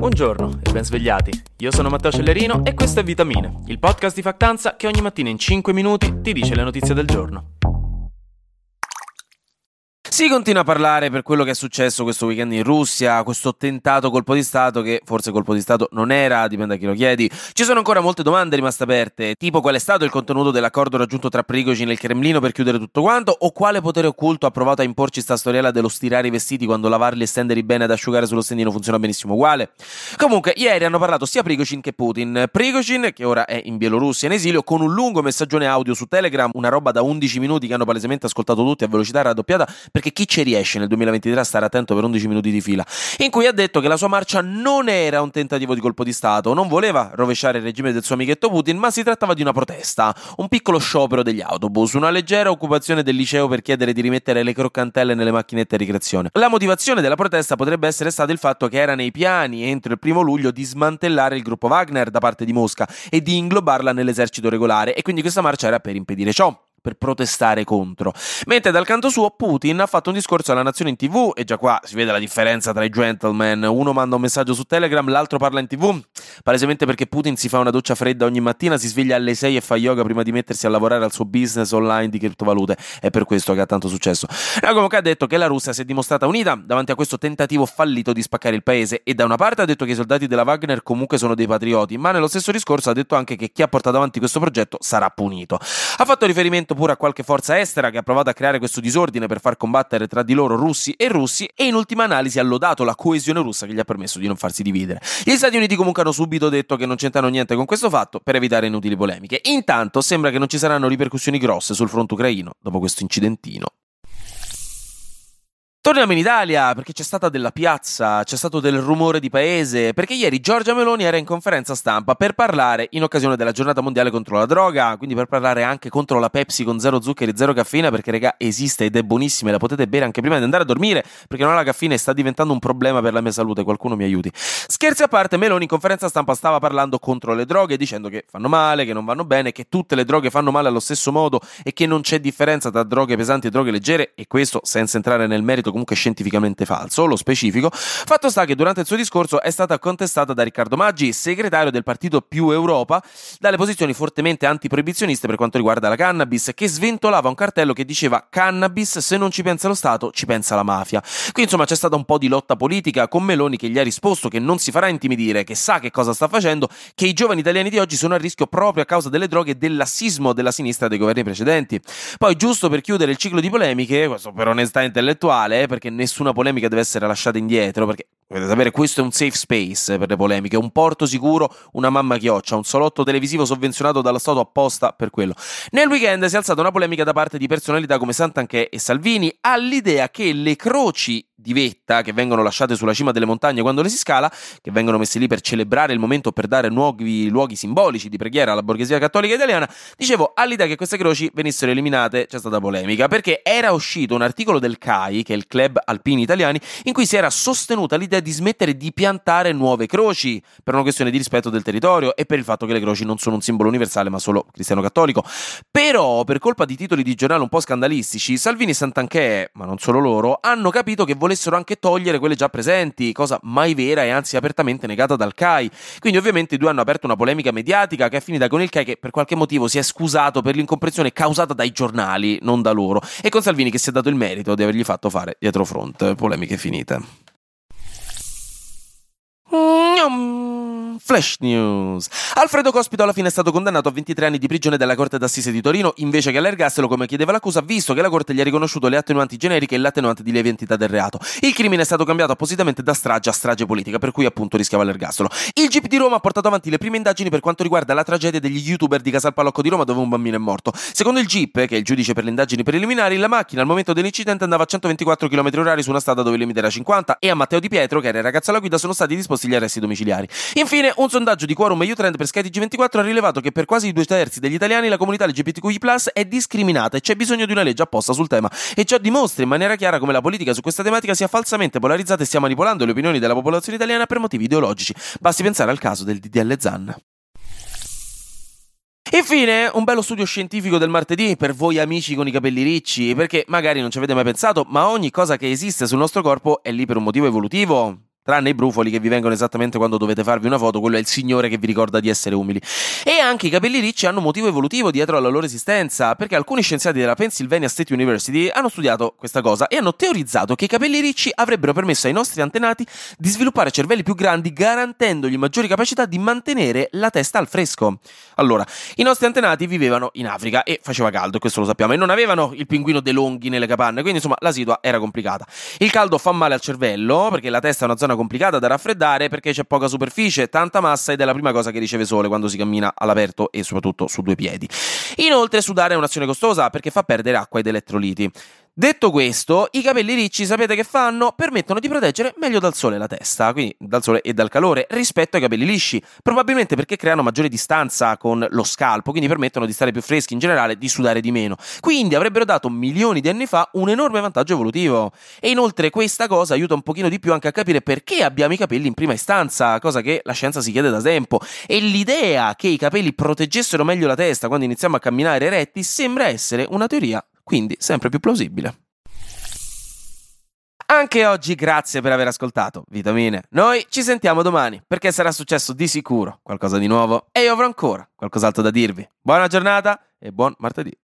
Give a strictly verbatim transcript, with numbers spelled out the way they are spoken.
Buongiorno e ben svegliati. Io sono Matteo Cellerino e questo è Vitamine, il podcast di Factanza che ogni mattina in cinque minuti ti dice le notizie del giorno. Si continua a parlare per quello che è successo questo weekend in Russia, questo tentato colpo di Stato che forse colpo di Stato non era, dipende a chi lo chiedi. Ci sono ancora molte domande rimaste aperte, tipo qual è stato il contenuto dell'accordo raggiunto tra Prigozhin e il Cremlino per chiudere tutto quanto, o quale potere occulto ha provato a imporci sta storiella dello stirare i vestiti quando lavarli e stenderli bene ad asciugare sullo stendino funziona benissimo uguale. Comunque, ieri hanno parlato sia Prigozhin che Putin. Prigozhin, che ora è in Bielorussia in esilio, con un lungo messaggione audio su Telegram, una roba da undici minuti che hanno palesemente ascoltato tutti a velocità raddoppiata, perché chi ci riesce nel duemilaventitré a stare attento per undici minuti di fila, in cui ha detto che la sua marcia non era un tentativo di colpo di Stato, non voleva rovesciare il regime del suo amichetto Putin, ma si trattava di una protesta, un piccolo sciopero degli autobus, una leggera occupazione del liceo per chiedere di rimettere le croccantelle nelle macchinette a ricreazione. La motivazione della protesta potrebbe essere stato il fatto che era nei piani entro il primo luglio di smantellare il gruppo Wagner da parte di Mosca e di inglobarla nell'esercito regolare, e quindi questa marcia era per impedire ciò, per protestare contro. Mentre dal canto suo Putin ha fatto un discorso alla nazione in tv, e già qua si vede la differenza tra i gentleman, uno manda un messaggio su Telegram, l'altro parla in tv, palesemente perché Putin si fa una doccia fredda ogni mattina, si sveglia alle sei e fa yoga prima di mettersi a lavorare al suo business online di criptovalute, è per questo che ha tanto successo. E comunque ha detto che la Russia si è dimostrata unita davanti a questo tentativo fallito di spaccare il paese, e da una parte ha detto che i soldati della Wagner comunque sono dei patrioti, ma nello stesso discorso ha detto anche che chi ha portato avanti questo progetto sarà punito. Ha fatto riferimento pure a qualche forza estera che ha provato a creare questo disordine per far combattere tra di loro russi e russi, e in ultima analisi ha lodato la coesione russa che gli ha permesso di non farsi dividere. Gli Stati Uniti comunque hanno subito detto che non c'entrano niente con questo fatto per evitare inutili polemiche. Intanto sembra che non ci saranno ripercussioni grosse sul fronte ucraino dopo questo incidentino. Torniamo in Italia, perché c'è stata della piazza, c'è stato del rumore di paese, perché ieri Giorgia Meloni era in conferenza stampa per parlare in occasione della giornata mondiale contro la droga, quindi per parlare anche contro la Pepsi con zero zuccheri e zero caffeina, perché raga esiste ed è buonissima e la potete bere anche prima di andare a dormire, perché non la caffeina sta diventando un problema per la mia salute, qualcuno mi aiuti. Scherzi a parte, Meloni in conferenza stampa stava parlando contro le droghe, dicendo che fanno male, che non vanno bene, che tutte le droghe fanno male allo stesso modo e che non c'è differenza tra droghe pesanti e droghe leggere, e questo senza entrare nel merito comunque scientificamente falso, lo specifico. Fatto sta che durante il suo discorso è stata contestata da Riccardo Maggi, segretario del partito Più Europa, dalle posizioni fortemente antiproibizioniste per quanto riguarda la cannabis, che sventolava un cartello che diceva cannabis, se non ci pensa lo Stato, ci pensa la mafia. Quindi insomma c'è stata un po' di lotta politica, con Meloni che gli ha risposto che non si farà intimidire, che sa che cosa sta facendo, che i giovani italiani di oggi sono a rischio proprio a causa delle droghe e del lassismo della sinistra dei governi precedenti. Poi, giusto per chiudere il ciclo di polemiche, questo per onestà intellettuale, perché nessuna polemica deve essere lasciata indietro, perché dovete sapere questo è un safe space per le polemiche, un porto sicuro, una mamma chioccia, un salotto televisivo sovvenzionato dallo Stato apposta per quello. Nel weekend si è alzata una polemica da parte di personalità come Santanchè e Salvini all'idea che le croci di vetta che vengono lasciate sulla cima delle montagne quando le si scala, che vengono messe lì per celebrare il momento, per dare nuovi luoghi simbolici di preghiera alla borghesia cattolica italiana, dicevo, all'idea che queste croci venissero eliminate c'è stata polemica, perché era uscito un articolo del C A I, che è il Club Alpini Italiani, in cui si era sostenuta l'idea di smettere di piantare nuove croci per una questione di rispetto del territorio e per il fatto che le croci non sono un simbolo universale ma solo cristiano-cattolico. Però, per colpa di titoli di giornale un po' scandalistici, Salvini e Santanchè, ma non solo loro, hanno capito che volessero anche togliere quelle già presenti, cosa mai vera e anzi apertamente negata dal C A I. Quindi ovviamente i due hanno aperto una polemica mediatica che è finita con il C A I che per qualche motivo si è scusato per l'incomprensione causata dai giornali, non da loro, e con Salvini che si è dato il merito di avergli fatto fare dietro front. Polemiche finite. Flash News. Alfredo Cospito alla fine è stato condannato a ventitré anni di prigione dalla Corte d'Assise di Torino invece che all'ergastolo come chiedeva l'accusa, visto che la Corte gli ha riconosciuto le attenuanti generiche e l'attenuante di lieve entità del reato. Il crimine è stato cambiato appositamente da strage a strage politica, per cui appunto rischiava l'ergastolo. Il G I P di Roma ha portato avanti le prime indagini per quanto riguarda la tragedia degli youtuber di Casalpalocco di Roma dove un bambino è morto. Secondo il G I P, che è il giudice per le indagini preliminari, la macchina al momento dell'incidente andava a centoventiquattro chilometri orari su una strada dove il limite era cinquanta, e a Matteo Di Pietro, che era il ragazzo alla guida, sono stati disposti gli arresti domiciliari. Infine, un sondaggio di Quorum e Utrend per Sky T G ventiquattro ha rilevato che per quasi i due terzi degli italiani la comunità L G B T Q I plus, è discriminata e c'è bisogno di una legge apposta sul tema. E ciò dimostra in maniera chiara come la politica su questa tematica sia falsamente polarizzata e stia manipolando le opinioni della popolazione italiana per motivi ideologici. Basti pensare al caso del D D L Zan. Infine, un bello studio scientifico del martedì per voi amici con i capelli ricci, perché magari non ci avete mai pensato, ma ogni cosa che esiste sul nostro corpo è lì per un motivo evolutivo. Tranne i brufoli che vi vengono esattamente quando dovete farvi una foto, quello è il signore che vi ricorda di essere umili. E anche i capelli ricci hanno un motivo evolutivo dietro alla loro esistenza, perché alcuni scienziati della Pennsylvania State University hanno studiato questa cosa e hanno teorizzato che i capelli ricci avrebbero permesso ai nostri antenati di sviluppare cervelli più grandi, garantendogli maggiori capacità di mantenere la testa al fresco. Allora, i nostri antenati vivevano in Africa e faceva caldo, questo lo sappiamo, e non avevano il pinguino De Longhi nelle capanne, quindi insomma la situa era complicata. Il caldo fa male al cervello, perché la testa è una zona complicata da raffreddare, perché c'è poca superficie, tanta massa ed è la prima cosa che riceve sole quando si cammina all'aperto e soprattutto su due piedi. Inoltre sudare è un'azione costosa perché fa perdere acqua ed elettroliti. Detto questo, i capelli ricci sapete che fanno? Permettono di proteggere meglio dal sole la testa, quindi dal sole e dal calore, rispetto ai capelli lisci, probabilmente perché creano maggiore distanza con lo scalpo, quindi permettono di stare più freschi in generale, di sudare di meno. Quindi avrebbero dato milioni di anni fa un enorme vantaggio evolutivo. E inoltre questa cosa aiuta un pochino di più anche a capire perché abbiamo i capelli in prima istanza, cosa che la scienza si chiede da tempo. E l'idea che i capelli proteggessero meglio la testa quando iniziamo a camminare eretti sembra essere una teoria quindi sempre più plausibile. Anche oggi grazie per aver ascoltato Vitamine. Noi ci sentiamo domani perché sarà successo di sicuro qualcosa di nuovo e io avrò ancora qualcos'altro da dirvi. Buona giornata e buon martedì.